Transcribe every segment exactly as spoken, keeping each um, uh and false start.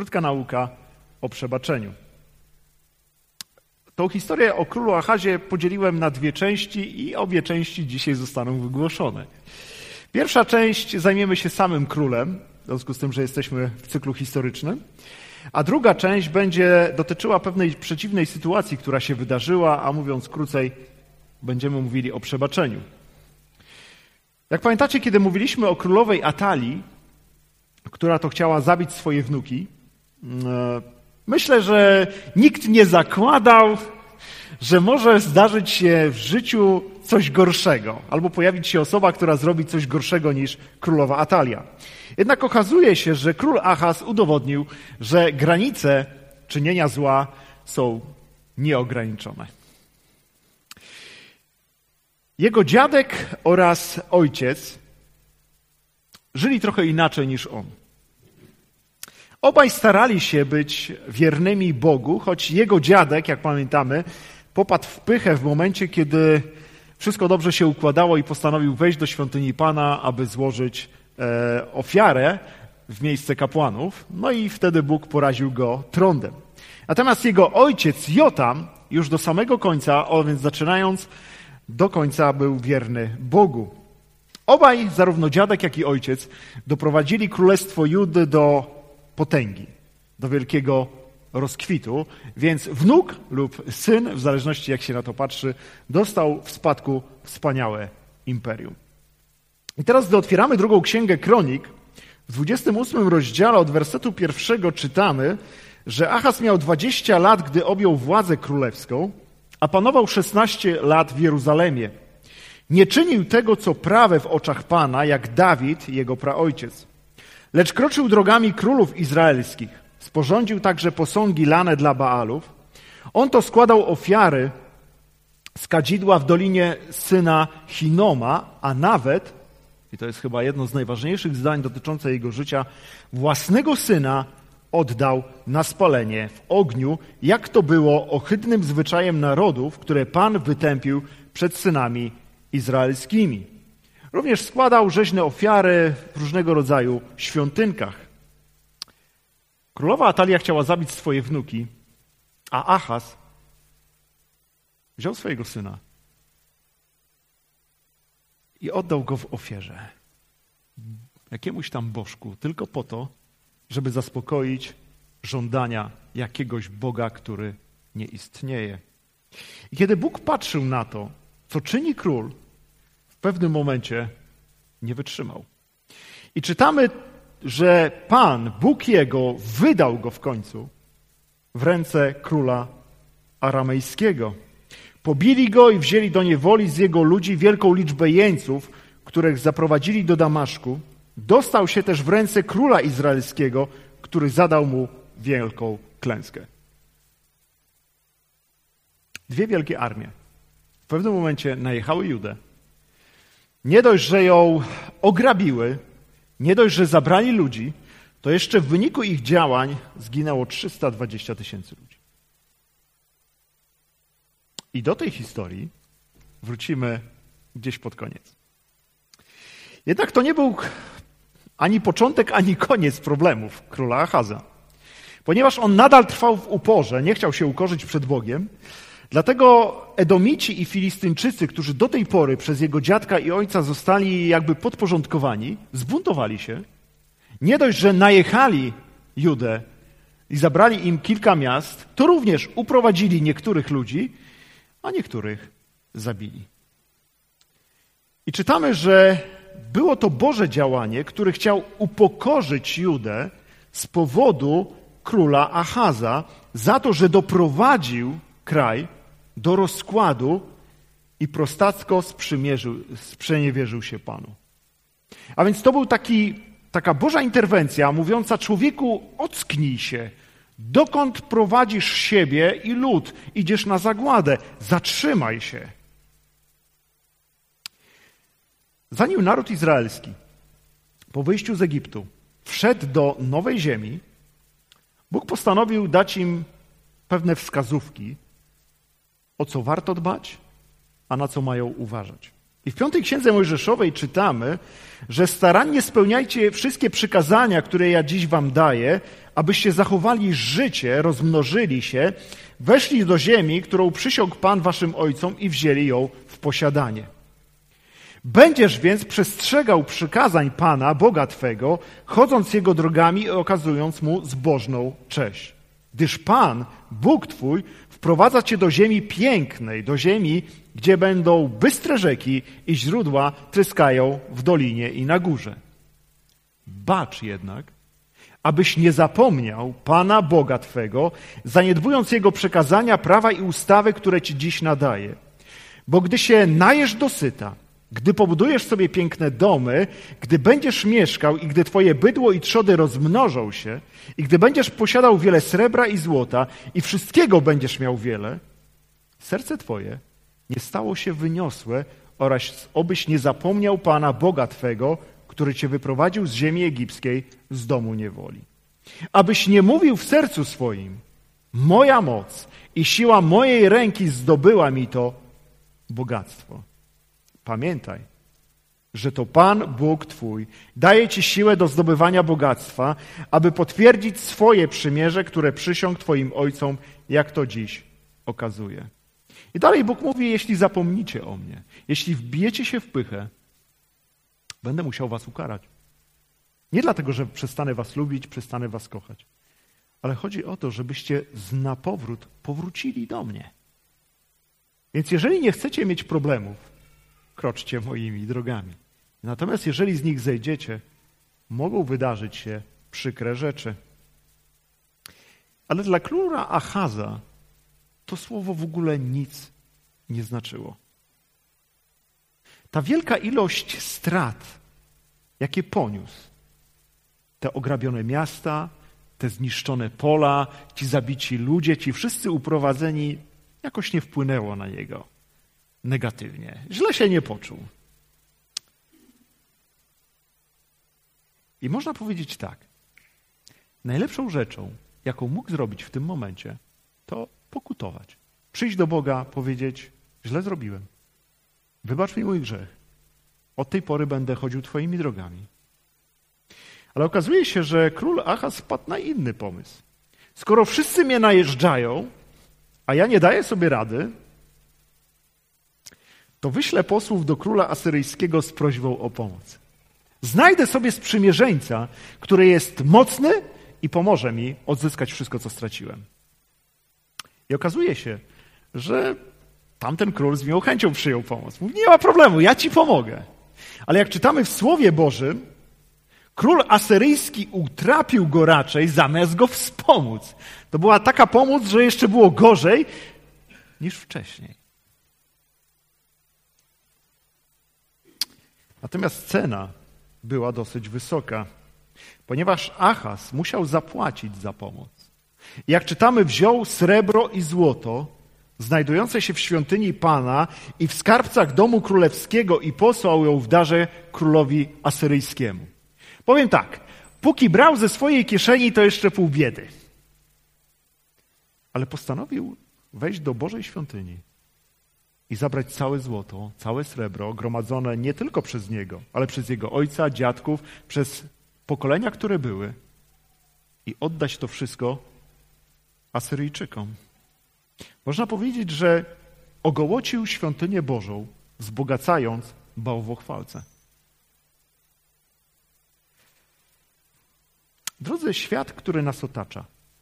Krótka nauka o przebaczeniu. Tą historię o królu Achazie podzieliłem na dwie części i obie części dzisiaj zostaną wygłoszone. Pierwsza część zajmiemy się samym królem, w związku z tym, że jesteśmy w cyklu historycznym, a druga część będzie dotyczyła pewnej przeciwnej sytuacji, która się wydarzyła, a mówiąc krócej, będziemy mówili o przebaczeniu. Jak pamiętacie, kiedy mówiliśmy o królowej Atalii, która to chciała zabić swoje wnuki, myślę, że nikt nie zakładał, że może zdarzyć się w życiu coś gorszego, albo pojawić się osoba, która zrobi coś gorszego niż królowa Atalia. Jednak okazuje się, że król Achaz udowodnił, że granice czynienia zła są nieograniczone. Jego dziadek oraz ojciec żyli trochę inaczej niż on. Obaj starali się być wiernymi Bogu, choć jego dziadek, jak pamiętamy, popadł w pychę w momencie, kiedy wszystko dobrze się układało i postanowił wejść do świątyni Pana, aby złożyć e, ofiarę w miejsce kapłanów. No i wtedy Bóg poraził go trądem. Natomiast jego ojciec Jotam już do samego końca, a więc zaczynając do końca, był wierny Bogu. Obaj, zarówno dziadek, jak i ojciec, doprowadzili królestwo Judy do potęgi, do wielkiego rozkwitu, więc wnuk lub syn, w zależności jak się na to patrzy, dostał w spadku wspaniałe imperium. I teraz, gdy otwieramy drugą księgę Kronik, w dwudziestym ósmym rozdziale od wersetu pierwszego czytamy, że Achaz miał dwadzieścia lat, gdy objął władzę królewską, a panował szesnaście lat w Jeruzalemie. Nie czynił tego, co prawe w oczach Pana, jak Dawid, jego praojciec. Lecz kroczył drogami królów izraelskich. Sporządził także posągi lane dla Baalów. On to składał ofiary z kadzidła w dolinie syna Hinoma, a nawet, i to jest chyba jedno z najważniejszych zdań dotyczące jego życia, własnego syna oddał na spalenie w ogniu, jak to było ohydnym zwyczajem narodów, które Pan wytępił przed synami izraelskimi. Również składał rzeźne ofiary w różnego rodzaju świątynkach. Królowa Atalia chciała zabić swoje wnuki, a Achaz wziął swojego syna i oddał go w ofierze jakiemuś tam bożku, tylko po to, żeby zaspokoić żądania jakiegoś Boga, który nie istnieje. I kiedy Bóg patrzył na to, co czyni król, w pewnym momencie nie wytrzymał. I czytamy, że Pan, Bóg jego, wydał go w końcu w ręce króla aramejskiego. Pobili go i wzięli do niewoli z jego ludzi wielką liczbę jeńców, których zaprowadzili do Damaszku. Dostał się też w ręce króla izraelskiego, który zadał mu wielką klęskę. Dwie wielkie armie w pewnym momencie najechały Judę. Nie dość, że ją ograbiły, nie dość, że zabrali ludzi, to jeszcze w wyniku ich działań zginęło trzysta dwadzieścia tysięcy ludzi. I do tej historii wrócimy gdzieś pod koniec. Jednak to nie był ani początek, ani koniec problemów króla Achaza. Ponieważ on nadal trwał w uporze, nie chciał się ukorzyć przed Bogiem, dlatego Edomici i Filistyńczycy, którzy do tej pory przez jego dziadka i ojca zostali jakby podporządkowani, zbuntowali się. Nie dość, że najechali Judę i zabrali im kilka miast, to również uprowadzili niektórych ludzi, a niektórych zabili. I czytamy, że było to Boże działanie, które chciał upokorzyć Judę z powodu króla Achaza za to, że doprowadził kraj do rozkładu i prostacko sprzeniewierzył się Panu. A więc to był taki, taka Boża interwencja mówiąca: człowieku, ocknij się, dokąd prowadzisz siebie i lud, idziesz na zagładę, zatrzymaj się. Zanim naród izraelski po wyjściu z Egiptu wszedł do nowej ziemi, Bóg postanowił dać im pewne wskazówki, o co warto dbać, a na co mają uważać. I w piątej Księdze Mojżeszowej czytamy, że starannie spełniajcie wszystkie przykazania, które ja dziś wam daję, abyście zachowali życie, rozmnożyli się, weszli do ziemi, którą przysiągł Pan waszym ojcom i wzięli ją w posiadanie. Będziesz więc przestrzegał przykazań Pana, Boga Twego, chodząc Jego drogami i okazując Mu zbożną cześć. Gdyż Pan, Bóg Twój, wprowadza Cię do ziemi pięknej, do ziemi, gdzie będą bystre rzeki i źródła tryskają w dolinie i na górze. Bacz jednak, abyś nie zapomniał Pana, Boga Twego, zaniedbując Jego przekazania, prawa i ustawy, które Ci dziś nadaje. Bo gdy się najesz dosyta, gdy pobudujesz sobie piękne domy, gdy będziesz mieszkał i gdy twoje bydło i trzody rozmnożą się i gdy będziesz posiadał wiele srebra i złota i wszystkiego będziesz miał wiele, serce twoje nie stało się wyniosłe oraz obyś nie zapomniał Pana Boga Twego, który cię wyprowadził z ziemi egipskiej, z domu niewoli. Abyś nie mówił w sercu swoim, moja moc i siła mojej ręki zdobyła mi to bogactwo. Pamiętaj, że to Pan, Bóg Twój, daje Ci siłę do zdobywania bogactwa, aby potwierdzić swoje przymierze, które przysiągł Twoim ojcom, jak to dziś okazuje. I dalej Bóg mówi, jeśli zapomnicie o mnie, jeśli wbijecie się w pychę, będę musiał was ukarać. Nie dlatego, że przestanę was lubić, przestanę was kochać, ale chodzi o to, żebyście z na powrót powrócili do mnie. Więc jeżeli nie chcecie mieć problemów, kroczcie moimi drogami. Natomiast jeżeli z nich zejdziecie, mogą wydarzyć się przykre rzeczy. Ale dla króla Achaza to słowo w ogóle nic nie znaczyło. Ta wielka ilość strat, jakie poniósł, te ograbione miasta, te zniszczone pola, ci zabici ludzie, ci wszyscy uprowadzeni, jakoś nie wpłynęło na niego negatywnie. Źle się nie poczuł. I można powiedzieć tak. Najlepszą rzeczą, jaką mógł zrobić w tym momencie, to pokutować. Przyjść do Boga, powiedzieć, źle zrobiłem. Wybacz mi mój grzech. Od tej pory będę chodził twoimi drogami. Ale okazuje się, że król Achaz wpadł na inny pomysł. Skoro wszyscy mnie najeżdżają, a ja nie daję sobie rady, to wyślę posłów do króla asyryjskiego z prośbą o pomoc. Znajdę sobie sprzymierzeńca, który jest mocny i pomoże mi odzyskać wszystko, co straciłem. I okazuje się, że tamten król z miłą chęcią przyjął pomoc. Mówi, nie ma problemu, ja ci pomogę. Ale jak czytamy w Słowie Bożym, król asyryjski utrapił go raczej, zamiast go wspomóc. To była taka pomoc, że jeszcze było gorzej niż wcześniej. Natomiast cena była dosyć wysoka, ponieważ Achaz musiał zapłacić za pomoc. Jak czytamy, wziął srebro i złoto znajdujące się w świątyni Pana i w skarbcach domu królewskiego i posłał ją w darze królowi asyryjskiemu. Powiem tak, póki brał ze swojej kieszeni, to jeszcze pół biedy. Ale postanowił wejść do Bożej świątyni i zabrać całe złoto, całe srebro, gromadzone nie tylko przez niego, ale przez jego ojca, dziadków, przez pokolenia, które były, i oddać to wszystko Asyryjczykom. Można powiedzieć, że ogołocił świątynię Bożą, wzbogacając bałwochwalcę. Drodzy, świat, który nas otacza.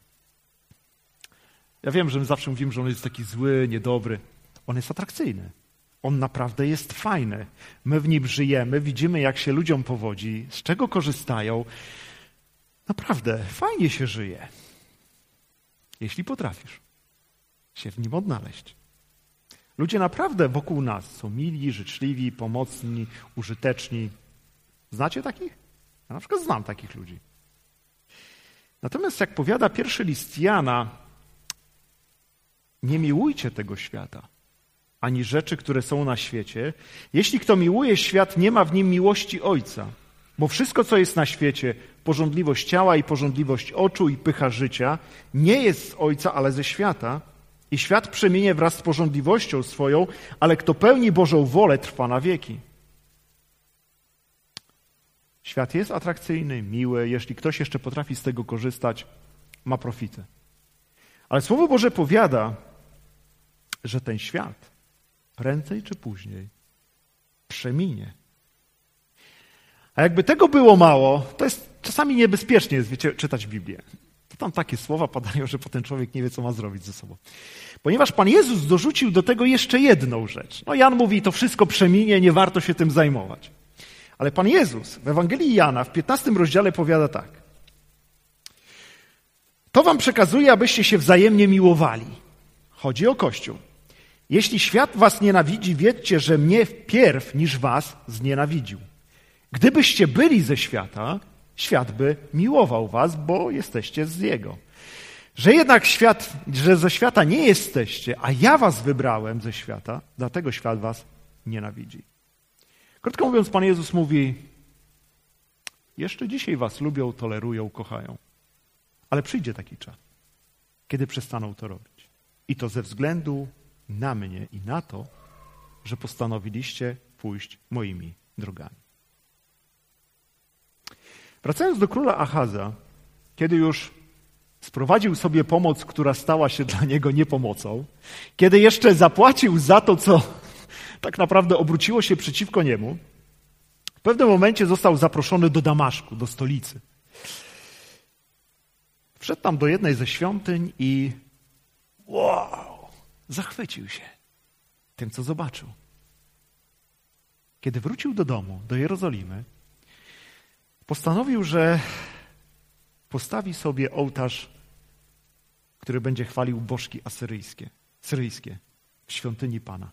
Ja wiem, że my zawsze mówimy, że on jest taki zły, niedobry. On jest atrakcyjny. On naprawdę jest fajny. My w nim żyjemy, widzimy, jak się ludziom powodzi, z czego korzystają. Naprawdę, fajnie się żyje. Jeśli potrafisz się w nim odnaleźć. Ludzie naprawdę wokół nas są mili, życzliwi, pomocni, użyteczni. Znacie takich? Ja na przykład znam takich ludzi. Natomiast jak powiada pierwszy list Jana, nie miłujcie tego świata, ani rzeczy, które są na świecie. Jeśli kto miłuje świat, nie ma w nim miłości Ojca. Bo wszystko, co jest na świecie, pożądliwość ciała i pożądliwość oczu i pycha życia, nie jest z Ojca, ale ze świata. i świat przeminie wraz z pożądliwością swoją, ale kto pełni Bożą wolę, trwa na wieki. Świat jest atrakcyjny, miły. Jeśli ktoś jeszcze potrafi z tego korzystać, ma profity. Ale Słowo Boże powiada, że ten świat prędzej czy później przeminie. A jakby tego było mało, to jest czasami niebezpiecznie jest, wiecie, czytać Biblię. To tam takie słowa padają, że potem człowiek nie wie, co ma zrobić ze sobą. Ponieważ Pan Jezus dorzucił do tego jeszcze jedną rzecz. No Jan mówi, to wszystko przeminie, nie warto się tym zajmować. Ale Pan Jezus w Ewangelii Jana w piętnastym rozdziale powiada tak. To wam przekazuję, abyście się wzajemnie miłowali. Chodzi o Kościół. Jeśli świat was nienawidzi, wiedzcie, że mnie wpierw niż was znienawidził. Gdybyście byli ze świata, świat by miłował was, bo jesteście z Jego. Że jednak świat, że ze świata nie jesteście, a ja was wybrałem ze świata, dlatego świat was nienawidzi. Krótko mówiąc, Pan Jezus mówi, jeszcze dzisiaj was lubią, tolerują, kochają. Ale przyjdzie taki czas, kiedy przestaną to robić. I to ze względu na mnie i na to, że postanowiliście pójść moimi drogami. Wracając do króla Achaza, kiedy już sprowadził sobie pomoc, która stała się dla niego niepomocą, kiedy jeszcze zapłacił za to, co tak naprawdę obróciło się przeciwko niemu, w pewnym momencie został zaproszony do Damaszku, do stolicy. Wszedł tam do jednej ze świątyń i wow, zachwycił się tym, co zobaczył. Kiedy wrócił do domu, do Jerozolimy, postanowił, że postawi sobie ołtarz, który będzie chwalił bożki asyryjskie, syryjskie w świątyni Pana.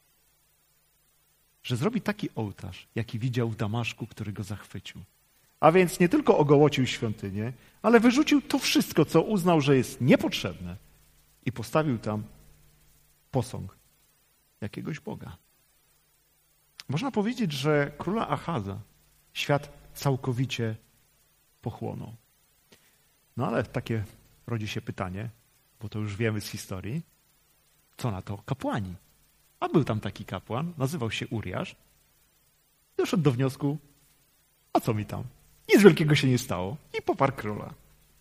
Że zrobi taki ołtarz, jaki widział w Damaszku, który go zachwycił. A więc nie tylko ogołocił świątynię, ale wyrzucił to wszystko, co uznał, że jest niepotrzebne i postawił tam posąg jakiegoś Boga. Można powiedzieć, że króla Achaza świat całkowicie pochłonął. No ale takie rodzi się pytanie, bo to już wiemy z historii, co na to kapłani? A był tam taki kapłan, nazywał się Uriasz, doszedł do wniosku, a co mi tam? Nic wielkiego się nie stało i poparł króla.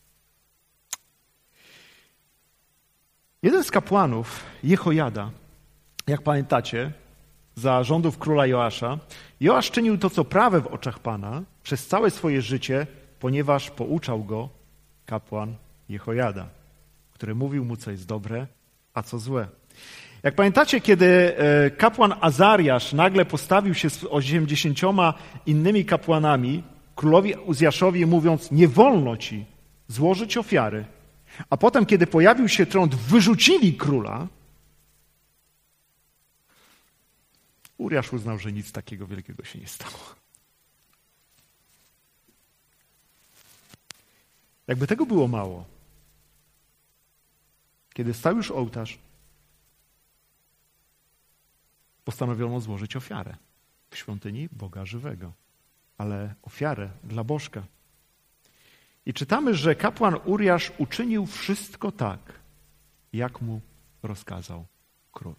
Jeden z kapłanów, Jehojada, jak pamiętacie, za rządów króla Joasza, Joasz czynił to, co prawe w oczach Pana przez całe swoje życie, ponieważ pouczał go kapłan Jehojada, który mówił mu, co jest dobre, a co złe. Jak pamiętacie, kiedy kapłan Azariasz nagle postawił się z osiemdziesięcioma innymi kapłanami królowi Uzjaszowi, mówiąc, nie wolno ci złożyć ofiary, a potem, kiedy pojawił się trąd, wyrzucili króla, Uriasz uznał, że nic takiego wielkiego się nie stało. Jakby tego było mało, kiedy stał już ołtarz, postanowiono złożyć ofiarę w świątyni Boga żywego, ale ofiarę dla bożka. I czytamy, że kapłan Uriasz uczynił wszystko tak, jak mu rozkazał król.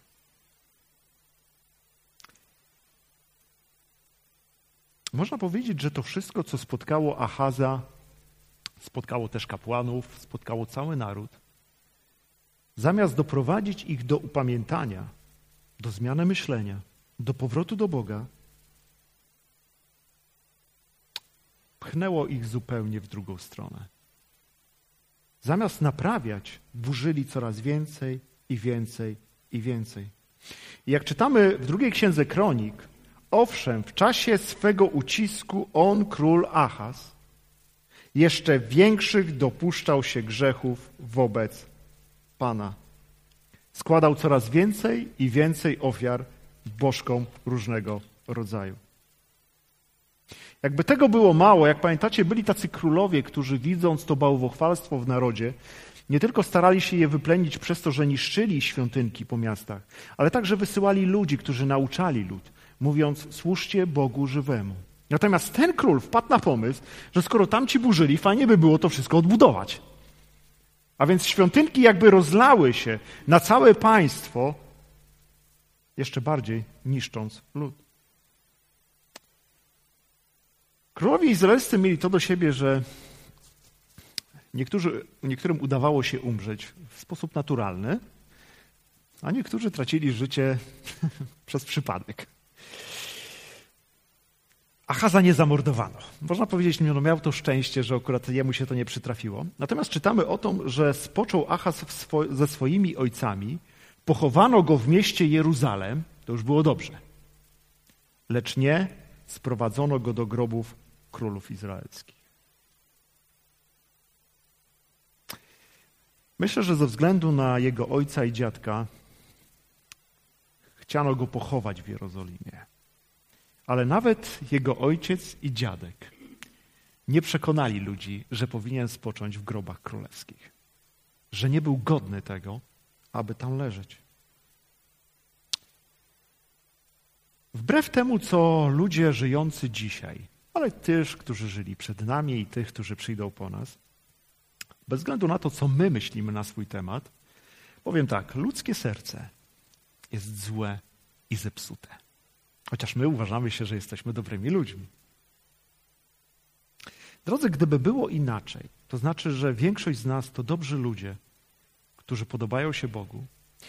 Można powiedzieć, że to wszystko, co spotkało Achaza, spotkało też kapłanów, spotkało cały naród, zamiast doprowadzić ich do upamiętania, do zmiany myślenia, do powrotu do Boga, pchnęło ich zupełnie w drugą stronę. Zamiast naprawiać, burzyli coraz więcej i więcej i więcej. I jak czytamy w drugiej księdze Kronik, owszem, w czasie swego ucisku on, król Achaz, jeszcze większych dopuszczał się grzechów wobec Pana. Składał coraz więcej i więcej ofiar bożkom różnego rodzaju. Jakby tego było mało, jak pamiętacie, byli tacy królowie, którzy widząc to bałwochwalstwo w narodzie, nie tylko starali się je wyplenić przez to, że niszczyli świątynki po miastach, ale także wysyłali ludzi, którzy nauczali lud, mówiąc, służcie Bogu żywemu. Natomiast ten król wpadł na pomysł, że skoro tamci burzyli, fajnie by było to wszystko odbudować. A więc świątynki jakby rozlały się na całe państwo, jeszcze bardziej niszcząc lud. Królowie izraelscy mieli to do siebie, że niektórzy, niektórym udawało się umrzeć w sposób naturalny, a niektórzy tracili życie przez przypadek. Achaza nie zamordowano. Można powiedzieć, no miał to szczęście, że akurat jemu się to nie przytrafiło. Natomiast czytamy o tym, że spoczął Achaz swo- ze swoimi ojcami, pochowano go w mieście Jeruzalem, to już było dobrze, lecz nie sprowadzono go do grobów królów izraelskich. Myślę, że ze względu na jego ojca i dziadka chciano go pochować w Jerozolimie. Ale nawet jego ojciec i dziadek nie przekonali ludzi, że powinien spocząć w grobach królewskich. Że nie był godny tego, aby tam leżeć. Wbrew temu, co ludzie żyjący dzisiaj, ale też, którzy żyli przed nami i tych, którzy przyjdą po nas, bez względu na to, co my myślimy na swój temat, powiem tak, ludzkie serce jest złe i zepsute. Chociaż my uważamy się, że jesteśmy dobrymi ludźmi. Drodzy, gdyby było inaczej, to znaczy, że większość z nas to dobrzy ludzie, którzy podobają się Bogu,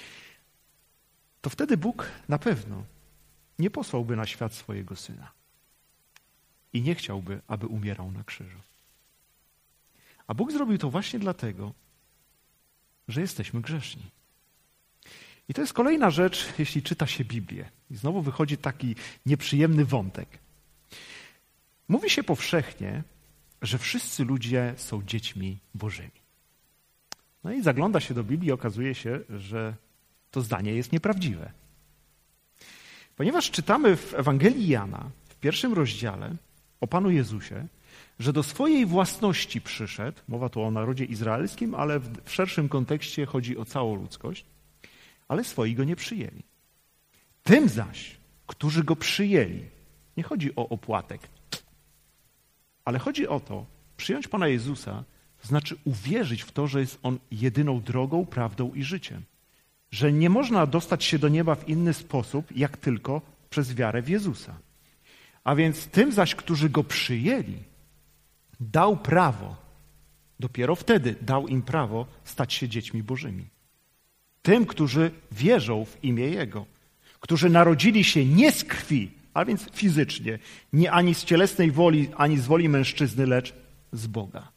to wtedy Bóg na pewno nie posłałby na świat swojego Syna. I nie chciałby, aby umierał na krzyżu. A Bóg zrobił to właśnie dlatego, że jesteśmy grzeszni. I to jest kolejna rzecz, jeśli czyta się Biblię. I znowu wychodzi taki nieprzyjemny wątek. Mówi się powszechnie, że wszyscy ludzie są dziećmi Bożymi. No i zagląda się do Biblii i okazuje się, że to zdanie jest nieprawdziwe. Ponieważ czytamy w Ewangelii Jana, w pierwszym rozdziale, o Panu Jezusie, że do swojej własności przyszedł, mowa tu o narodzie izraelskim, ale w szerszym kontekście chodzi o całą ludzkość, ale swoi go nie przyjęli. Tym zaś, którzy go przyjęli, nie chodzi o opłatek, ale chodzi o to, przyjąć Pana Jezusa, to znaczy uwierzyć w to, że jest On jedyną drogą, prawdą i życiem. Że nie można dostać się do nieba w inny sposób, jak tylko przez wiarę w Jezusa. A więc tym zaś, którzy go przyjęli, dał prawo, dopiero wtedy dał im prawo stać się dziećmi Bożymi. Tym, którzy wierzą w imię Jego, którzy narodzili się nie z krwi, a więc fizycznie, nie ani z cielesnej woli, ani z woli mężczyzny, lecz z Boga.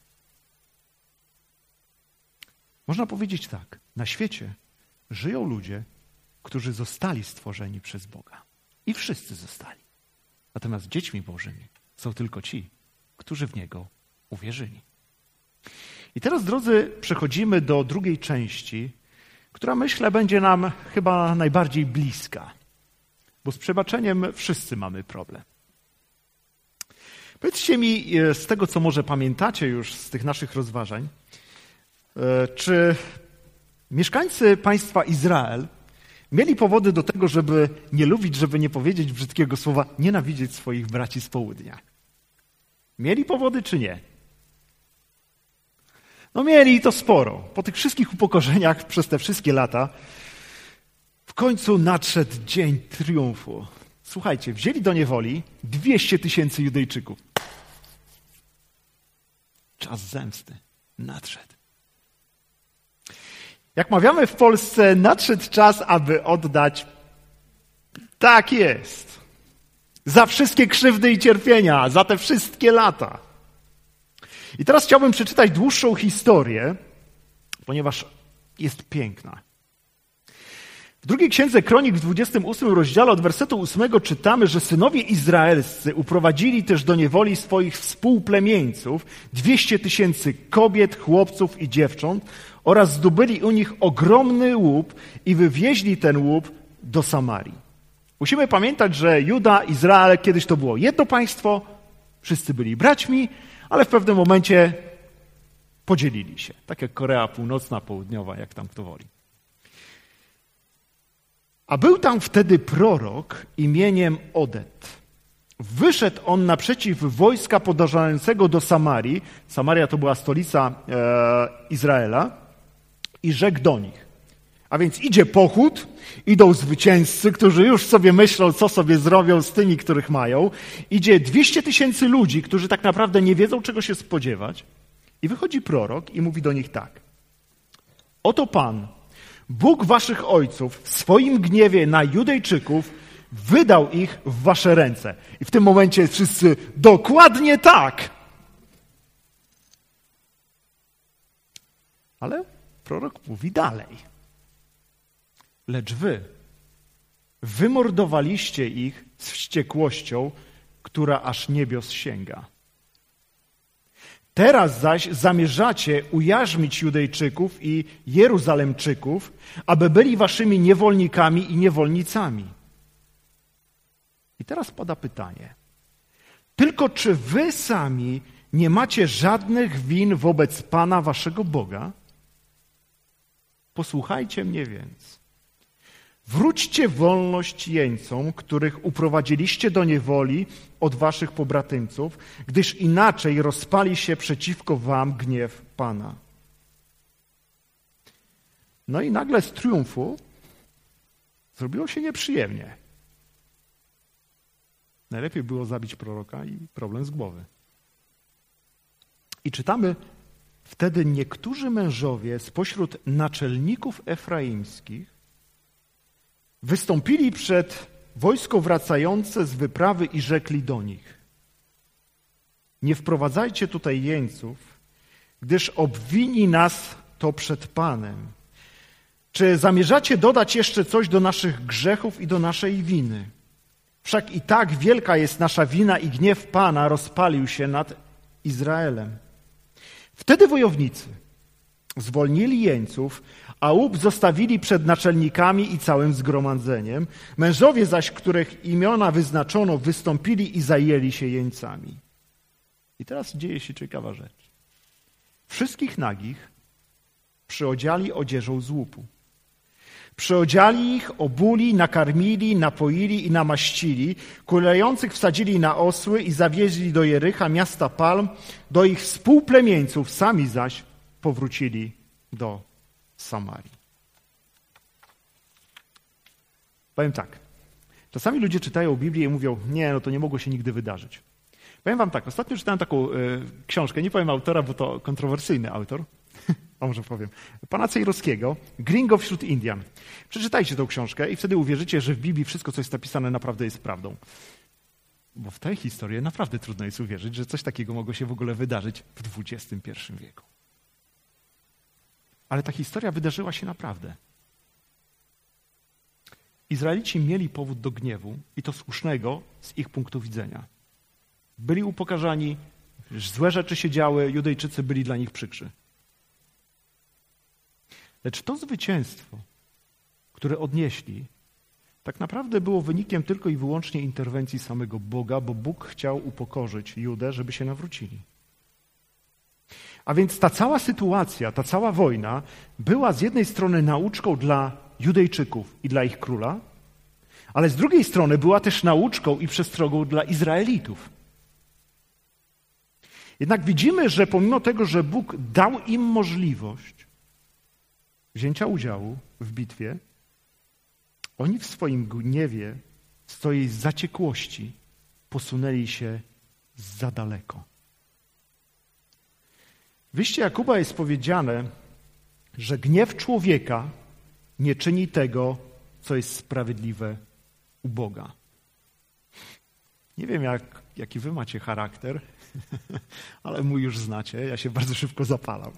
Można powiedzieć tak, na świecie żyją ludzie, którzy zostali stworzeni przez Boga. I wszyscy zostali. Natomiast dziećmi Bożymi są tylko ci, którzy w Niego uwierzyli. I teraz, drodzy, przechodzimy do drugiej części, która, myślę, będzie nam chyba najbardziej bliska, bo z przebaczeniem wszyscy mamy problem. Powiedzcie mi z tego, co może pamiętacie już z tych naszych rozważań, czy mieszkańcy państwa Izrael mieli powody do tego, żeby nie lubić, żeby nie powiedzieć brzydkiego słowa, nienawidzieć swoich braci z południa? Mieli powody czy nie? No mieli to sporo. Po tych wszystkich upokorzeniach przez te wszystkie lata w końcu nadszedł dzień triumfu. Słuchajcie, wzięli do niewoli dwieście tysięcy Judejczyków. Czas zemsty nadszedł. Jak mawiamy w Polsce, nadszedł czas, aby oddać. Tak jest. Za wszystkie krzywdy i cierpienia, za te wszystkie lata. I teraz chciałbym przeczytać dłuższą historię, ponieważ jest piękna. W drugiej księdze Kronik w dwudziestym ósmym rozdziale od wersetu ósmego czytamy, że synowie izraelscy uprowadzili też do niewoli swoich współplemieńców, dwieście tysięcy kobiet, chłopców i dziewcząt oraz zdobyli u nich ogromny łup i wywieźli ten łup do Samarii. Musimy pamiętać, że Juda, Izrael kiedyś to było jedno państwo, wszyscy byli braćmi, ale w pewnym momencie podzielili się. Tak jak Korea Północna, Południowa, jak tam kto woli. A był tam wtedy prorok imieniem Odet. Wyszedł on naprzeciw wojska podążającego do Samarii. Samaria to była stolica e, Izraela. i rzekł do nich. A więc idzie pochód, idą zwycięzcy, którzy już sobie myślą, co sobie zrobią z tymi, których mają. Idzie dwieście tysięcy ludzi, którzy tak naprawdę nie wiedzą, czego się spodziewać. I wychodzi prorok i mówi do nich tak. Oto Pan, Bóg waszych ojców w swoim gniewie na Judejczyków wydał ich w wasze ręce. I w tym momencie wszyscy dokładnie tak. Ale prorok mówi dalej. Lecz wy wymordowaliście ich z wściekłością, która aż niebios sięga. Teraz zaś zamierzacie ujarzmić Judejczyków i Jeruzalemczyków, aby byli waszymi niewolnikami i niewolnicami. I teraz pada pytanie. Tylko czy wy sami nie macie żadnych win wobec Pana waszego Boga? Posłuchajcie mnie więc. Wróćcie wolność jeńcom, których uprowadziliście do niewoli od waszych pobratymców, gdyż inaczej rozpali się przeciwko wam gniew Pana. No i nagle z triumfu zrobiło się nieprzyjemnie. Najlepiej było zabić proroka i problem z głowy. I czytamy, wtedy niektórzy mężowie spośród naczelników efraimskich wystąpili przed wojsko wracające z wyprawy i rzekli do nich: nie wprowadzajcie tutaj jeńców, gdyż obwini nas to przed Panem. Czy zamierzacie dodać jeszcze coś do naszych grzechów i do naszej winy? Wszak i tak wielka jest nasza wina i gniew Pana rozpalił się nad Izraelem. Wtedy wojownicy zwolnili jeńców, a łup zostawili przed naczelnikami i całym zgromadzeniem. Mężowie zaś, których imiona wyznaczono, wystąpili i zajęli się jeńcami. I teraz dzieje się ciekawa rzecz. Wszystkich nagich przyodziali odzieżą z łupu. Przyodziali ich, obuli, nakarmili, napoili i namaścili. Kulejących wsadzili na osły i zawieźli do Jericha, miasta palm, do ich współplemieńców, sami zaś powrócili do Samarii. Powiem tak. Czasami ludzie czytają Biblię i mówią, nie, no to nie mogło się nigdy wydarzyć. Powiem wam tak, ostatnio czytałem taką y, książkę, nie powiem autora, bo to kontrowersyjny autor, a może powiem, pana Cejrowskiego, Gringo wśród Indian. Przeczytajcie tą książkę i wtedy uwierzycie, że w Biblii wszystko, co jest napisane, naprawdę jest prawdą. Bo w tej historii naprawdę trudno jest uwierzyć, że coś takiego mogło się w ogóle wydarzyć w dwudziestym pierwszym wieku. Ale ta historia wydarzyła się naprawdę. Izraelici mieli powód do gniewu i to słusznego z ich punktu widzenia. Byli upokarzani, złe rzeczy się działy, Judejczycy byli dla nich przykrzy. Lecz to zwycięstwo, które odnieśli, tak naprawdę było wynikiem tylko i wyłącznie interwencji samego Boga, bo Bóg chciał upokorzyć Judę, żeby się nawrócili. A więc ta cała sytuacja, ta cała wojna była z jednej strony nauczką dla Judejczyków i dla ich króla, ale z drugiej strony była też nauczką i przestrogą dla Izraelitów. Jednak widzimy, że pomimo tego, że Bóg dał im możliwość wzięcia udziału w bitwie, oni w swoim gniewie, w swojej zaciekłości posunęli się za daleko. W liście Jakuba jest powiedziane, że gniew człowieka nie czyni tego, co jest sprawiedliwe u Boga. Nie wiem, jak, jaki wy macie charakter, ale mój już znacie, ja się bardzo szybko zapalam.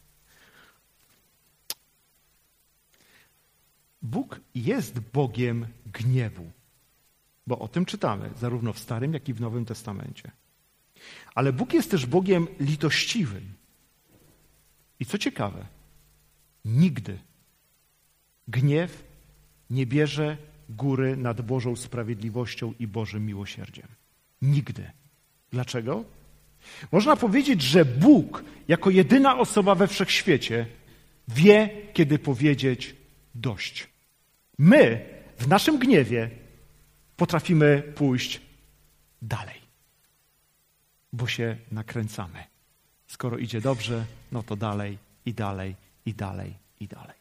Bóg jest Bogiem gniewu, bo o tym czytamy zarówno w Starym, jak i w Nowym Testamencie. Ale Bóg jest też Bogiem litościwym. I co ciekawe, nigdy gniew nie bierze góry nad Bożą sprawiedliwością i Bożym miłosierdziem. Nigdy. Dlaczego? Można powiedzieć, że Bóg jako jedyna osoba we wszechświecie wie, kiedy powiedzieć dość. My w naszym gniewie potrafimy pójść dalej, bo się nakręcamy. Skoro idzie dobrze, no to dalej i dalej i dalej i dalej.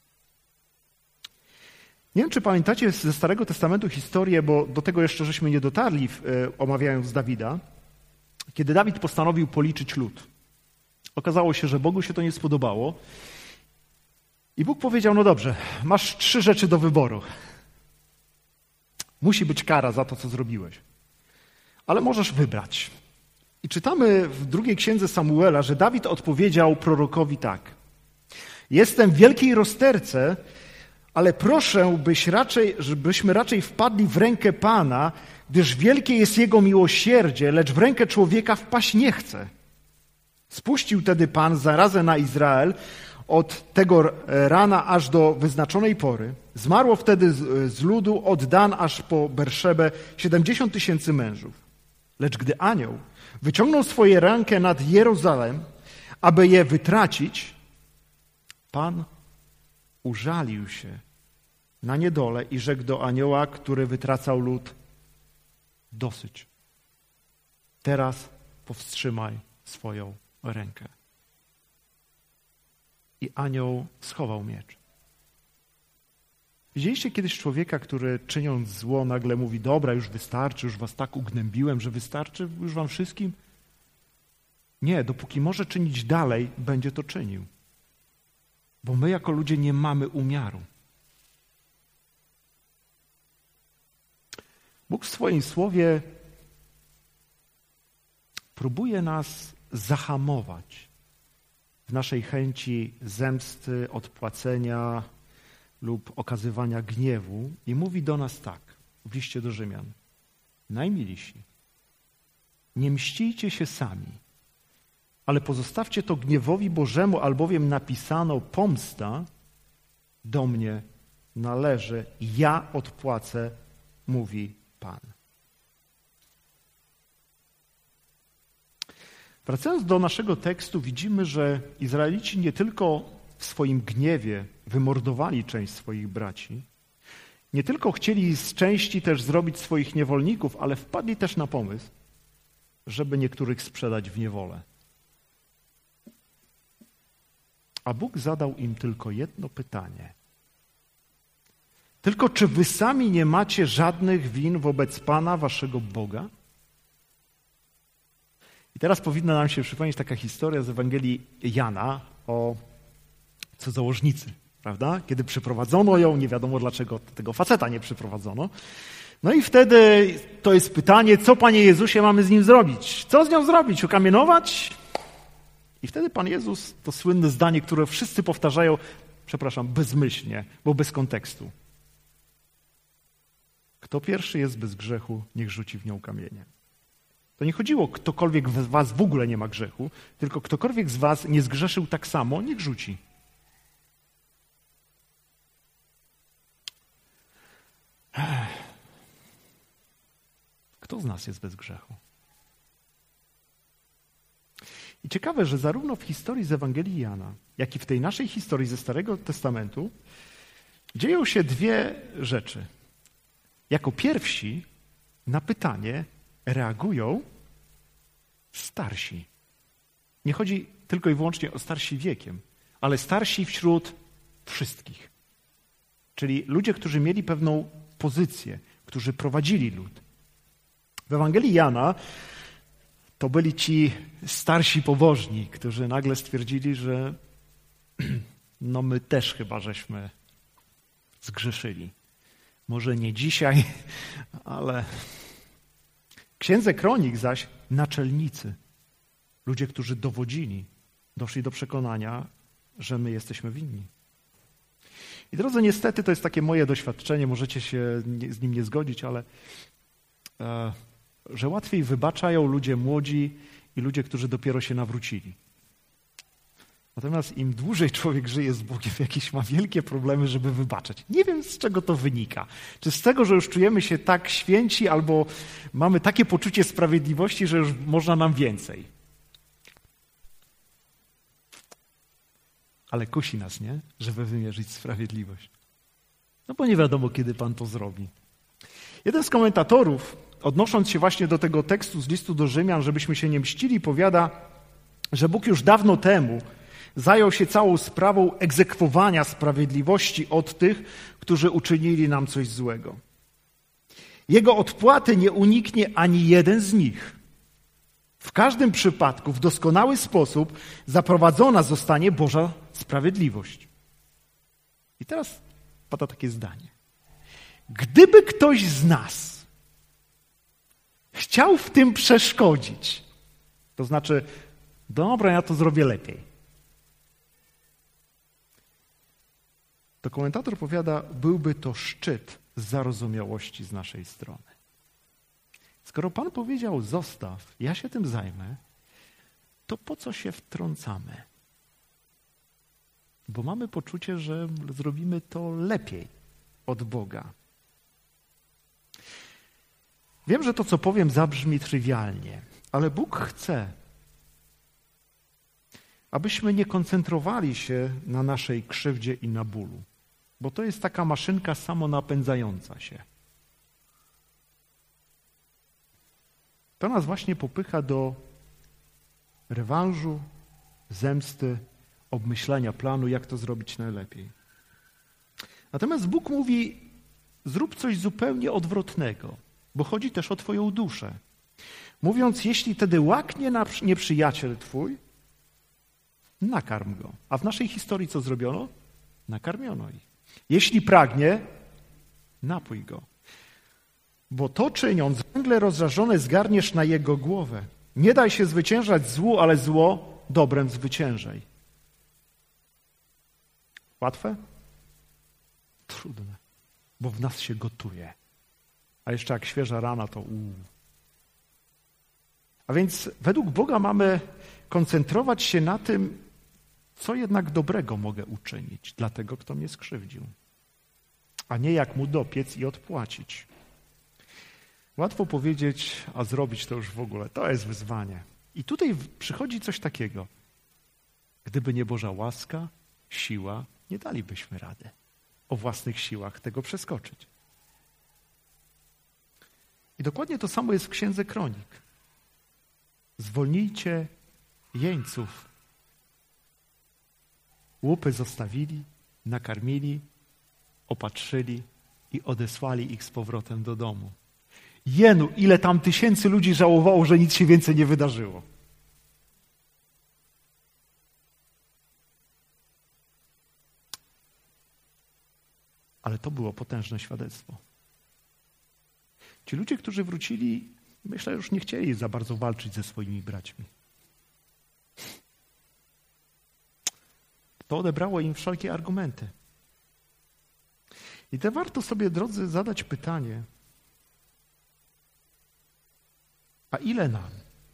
Nie wiem, czy pamiętacie ze Starego Testamentu historię, bo do tego jeszcze żeśmy nie dotarli, omawiając Dawida, kiedy Dawid postanowił policzyć lud. Okazało się, że Bogu się to nie spodobało i Bóg powiedział, no dobrze, masz trzy rzeczy do wyboru. Musi być kara za to, co zrobiłeś, ale możesz wybrać. I czytamy w drugiej księdze Samuela, że Dawid odpowiedział prorokowi tak. Jestem w wielkiej rozterce, ale proszę, byś raczej, żebyśmy raczej wpadli w rękę Pana, gdyż wielkie jest Jego miłosierdzie, lecz w rękę człowieka wpaść nie chce. Spuścił tedy Pan zarazę na Izrael od tego rana aż do wyznaczonej pory. Zmarło wtedy z, z ludu od Dan aż po Berszebę siedemdziesiąt tysięcy mężów. Lecz gdy anioł wyciągnął swoje rękę nad Jeruzalem, aby je wytracić, Pan użalił się na niedole i rzekł do anioła, który wytracał lud, dosyć. Teraz powstrzymaj swoją rękę. I anioł schował miecz. Widzieliście kiedyś człowieka, który czyniąc zło nagle mówi, dobra, już wystarczy, już was tak ugnębiłem, że wystarczy już wam wszystkim? Nie, dopóki może czynić dalej, będzie to czynił. Bo my jako ludzie nie mamy umiaru. Bóg w swoim słowie próbuje nas zahamować w naszej chęci zemsty, odpłacenia lub okazywania gniewu i mówi do nas tak w liście do Rzymian. Najmilsi, nie mścijcie się sami, ale pozostawcie to gniewowi Bożemu, albowiem napisano pomsta do mnie należy, ja odpłacę, mówi Pan. Wracając do naszego tekstu, widzimy, że Izraelici nie tylko w swoim gniewie wymordowali część swoich braci, nie tylko chcieli z części też zrobić swoich niewolników, ale wpadli też na pomysł, żeby niektórych sprzedać w niewolę. A Bóg zadał im tylko jedno pytanie. Tylko czy wy sami nie macie żadnych win wobec Pana, waszego Boga? I teraz powinna nam się przypomnieć taka historia z Ewangelii Jana o cudzołożnicy, prawda? Kiedy przyprowadzono ją, nie wiadomo dlaczego tego faceta nie przyprowadzono. No i wtedy to jest pytanie, co Panie Jezusie mamy z nim zrobić? Co z nią zrobić? Ukamienować? I wtedy Pan Jezus, to słynne zdanie, które wszyscy powtarzają, przepraszam, bezmyślnie, bo bez kontekstu. Kto pierwszy jest bez grzechu, niech rzuci w nią kamienie. To nie chodziło, ktokolwiek z was w ogóle nie ma grzechu, tylko ktokolwiek z was nie zgrzeszył tak samo, niech rzuci. Kto z nas jest bez grzechu? I ciekawe, że zarówno w historii z Ewangelii Jana, jak i w tej naszej historii ze Starego Testamentu dzieją się dwie rzeczy. Jako pierwsi na pytanie reagują starsi. Nie chodzi tylko i wyłącznie o starsi wiekiem, ale starsi wśród wszystkich. Czyli ludzie, którzy mieli pewną pozycję, którzy prowadzili lud. W Ewangelii Jana to byli ci starsi pobożni, którzy nagle stwierdzili, że no my też chyba żeśmy zgrzeszyli. Może nie dzisiaj, ale w Księdze Kronik zaś naczelnicy, ludzie, którzy dowodzili, doszli do przekonania, że my jesteśmy winni. I drodzy, niestety to jest takie moje doświadczenie, możecie się z nim nie zgodzić, ale e, że łatwiej wybaczają ludzie młodzi i ludzie, którzy dopiero się nawrócili. Natomiast im dłużej człowiek żyje z Bogiem, jakieś ma wielkie problemy, żeby wybaczać. Nie wiem, z czego to wynika. Czy z tego, że już czujemy się tak święci, albo mamy takie poczucie sprawiedliwości, że już można nam więcej. Ale kusi nas, nie? Żeby wymierzyć sprawiedliwość. No bo nie wiadomo, kiedy Pan to zrobi. Jeden z komentatorów, odnosząc się właśnie do tego tekstu z listu do Rzymian, żebyśmy się nie mścili, powiada, że Bóg już dawno temu Zajął się całą sprawą egzekwowania sprawiedliwości od tych, którzy uczynili nam coś złego. Jego odpłaty nie uniknie ani jeden z nich. W każdym przypadku w doskonały sposób zaprowadzona zostanie Boża sprawiedliwość. I teraz pada takie zdanie. Gdyby ktoś z nas chciał w tym przeszkodzić, to znaczy, dobra, ja to zrobię lepiej, to komentator powiada, byłby to szczyt zarozumiałości z naszej strony. Skoro Pan powiedział, zostaw, ja się tym zajmę, to po co się wtrącamy? Bo mamy poczucie, że zrobimy to lepiej od Boga. Wiem, że to, co powiem, zabrzmi trywialnie, ale Bóg chce, abyśmy nie koncentrowali się na naszej krzywdzie i na bólu, bo to jest taka maszynka samonapędzająca się. To nas właśnie popycha do rewanżu, zemsty, obmyślania planu, jak to zrobić najlepiej. Natomiast Bóg mówi, zrób coś zupełnie odwrotnego, bo chodzi też o twoją duszę. Mówiąc, jeśli tedy łaknie nieprzyjaciel twój, nakarm go. A w naszej historii co zrobiono? Nakarmiono ich. Jeśli pragnie, napój go. Bo to czyniąc, węgle rozżarzone zgarniesz na jego głowę. Nie daj się zwyciężać złu, ale zło dobrem zwyciężaj. Łatwe? Trudne, bo w nas się gotuje. A jeszcze jak świeża rana, to uuu. A więc według Boga mamy koncentrować się na tym, co jednak dobrego mogę uczynić dla tego, kto mnie skrzywdził, a nie jak mu dopiec i odpłacić. Łatwo powiedzieć, a zrobić to już w ogóle. To jest wyzwanie. I tutaj przychodzi coś takiego. Gdyby nie Boża łaska, siła, nie dalibyśmy rady o własnych siłach tego przeskoczyć. I dokładnie to samo jest w Księdze Kronik. Zwolnijcie jeńców. Łupy zostawili, nakarmili, opatrzyli i odesłali ich z powrotem do domu. Jenu, ile tam tysięcy ludzi żałowało, że nic się więcej nie wydarzyło. Ale to było potężne świadectwo. Ci ludzie, którzy wrócili, myślę, już nie chcieli za bardzo walczyć ze swoimi braćmi. To odebrało im wszelkie argumenty. I te warto sobie, drodzy, zadać pytanie, a ile nam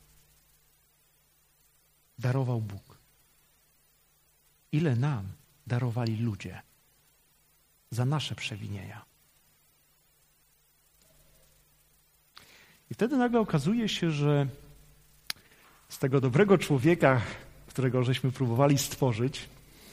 darował Bóg? Ile nam darowali ludzie za nasze przewinienia? I wtedy nagle okazuje się, że z tego dobrego człowieka, którego żeśmy próbowali stworzyć,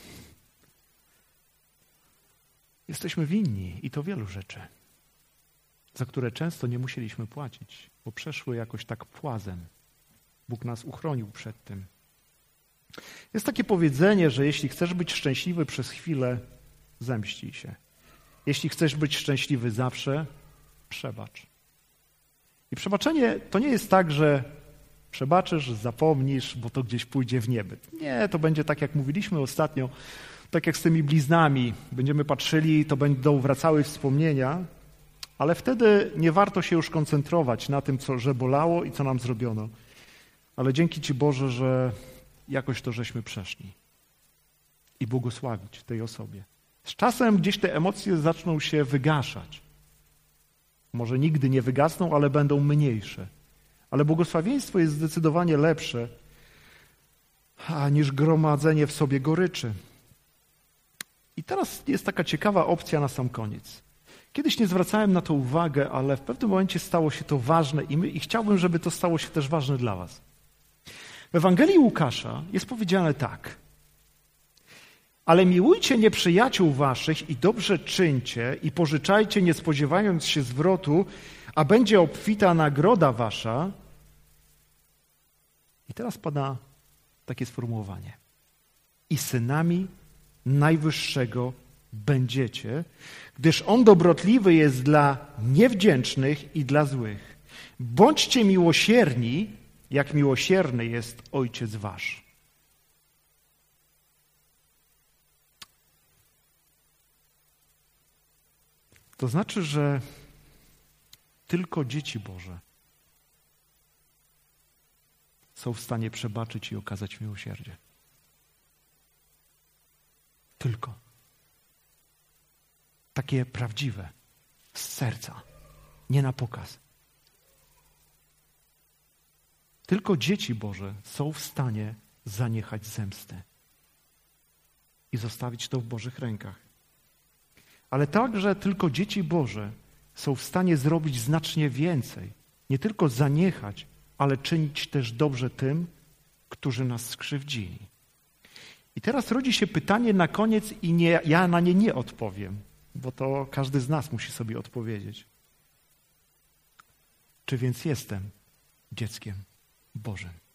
jesteśmy winni i to wielu rzeczy, za które często nie musieliśmy płacić, bo przeszły jakoś tak płazem. Bóg nas uchronił przed tym. Jest takie powiedzenie, że jeśli chcesz być szczęśliwy przez chwilę, zemścij się. Jeśli chcesz być szczęśliwy zawsze, przebacz. I przebaczenie to nie jest tak, że przebaczysz, zapomnisz, bo to gdzieś pójdzie w niebyt. Nie, to będzie tak, jak mówiliśmy ostatnio, tak jak z tymi bliznami. Będziemy patrzyli, to będą wracały wspomnienia, ale wtedy nie warto się już koncentrować na tym, co, że bolało i co nam zrobiono. Ale dzięki Ci Boże, że jakoś to żeśmy przeszli. I błogosławić tej osobie. Z czasem gdzieś te emocje zaczną się wygaszać. Może nigdy nie wygasną, ale będą mniejsze. Ale błogosławieństwo jest zdecydowanie lepsze a, niż gromadzenie w sobie goryczy. I teraz jest taka ciekawa opcja na sam koniec. Kiedyś nie zwracałem na to uwagę, ale w pewnym momencie stało się to ważne i, my, i chciałbym, żeby to stało się też ważne dla was. W Ewangelii Łukasza jest powiedziane tak. Ale miłujcie nieprzyjaciół waszych i dobrze czyńcie i pożyczajcie, nie spodziewając się zwrotu, a będzie obfita nagroda wasza. I teraz pada takie sformułowanie. i synami Najwyższego będziecie, gdyż On dobrotliwy jest dla niewdzięcznych i dla złych. Bądźcie miłosierni, jak miłosierny jest Ojciec wasz. To znaczy, że tylko dzieci Boże są w stanie przebaczyć i okazać miłosierdzie. Tylko. Takie prawdziwe, z serca, nie na pokaz. Tylko dzieci Boże są w stanie zaniechać zemsty i zostawić to w Bożych rękach. Ale także tylko dzieci Boże są w stanie zrobić znacznie więcej. Nie tylko zaniechać, ale czynić też dobrze tym, którzy nas skrzywdzili. I teraz rodzi się pytanie na koniec i nie, ja na nie nie odpowiem, bo to każdy z nas musi sobie odpowiedzieć. Czy więc jestem dzieckiem Bożym?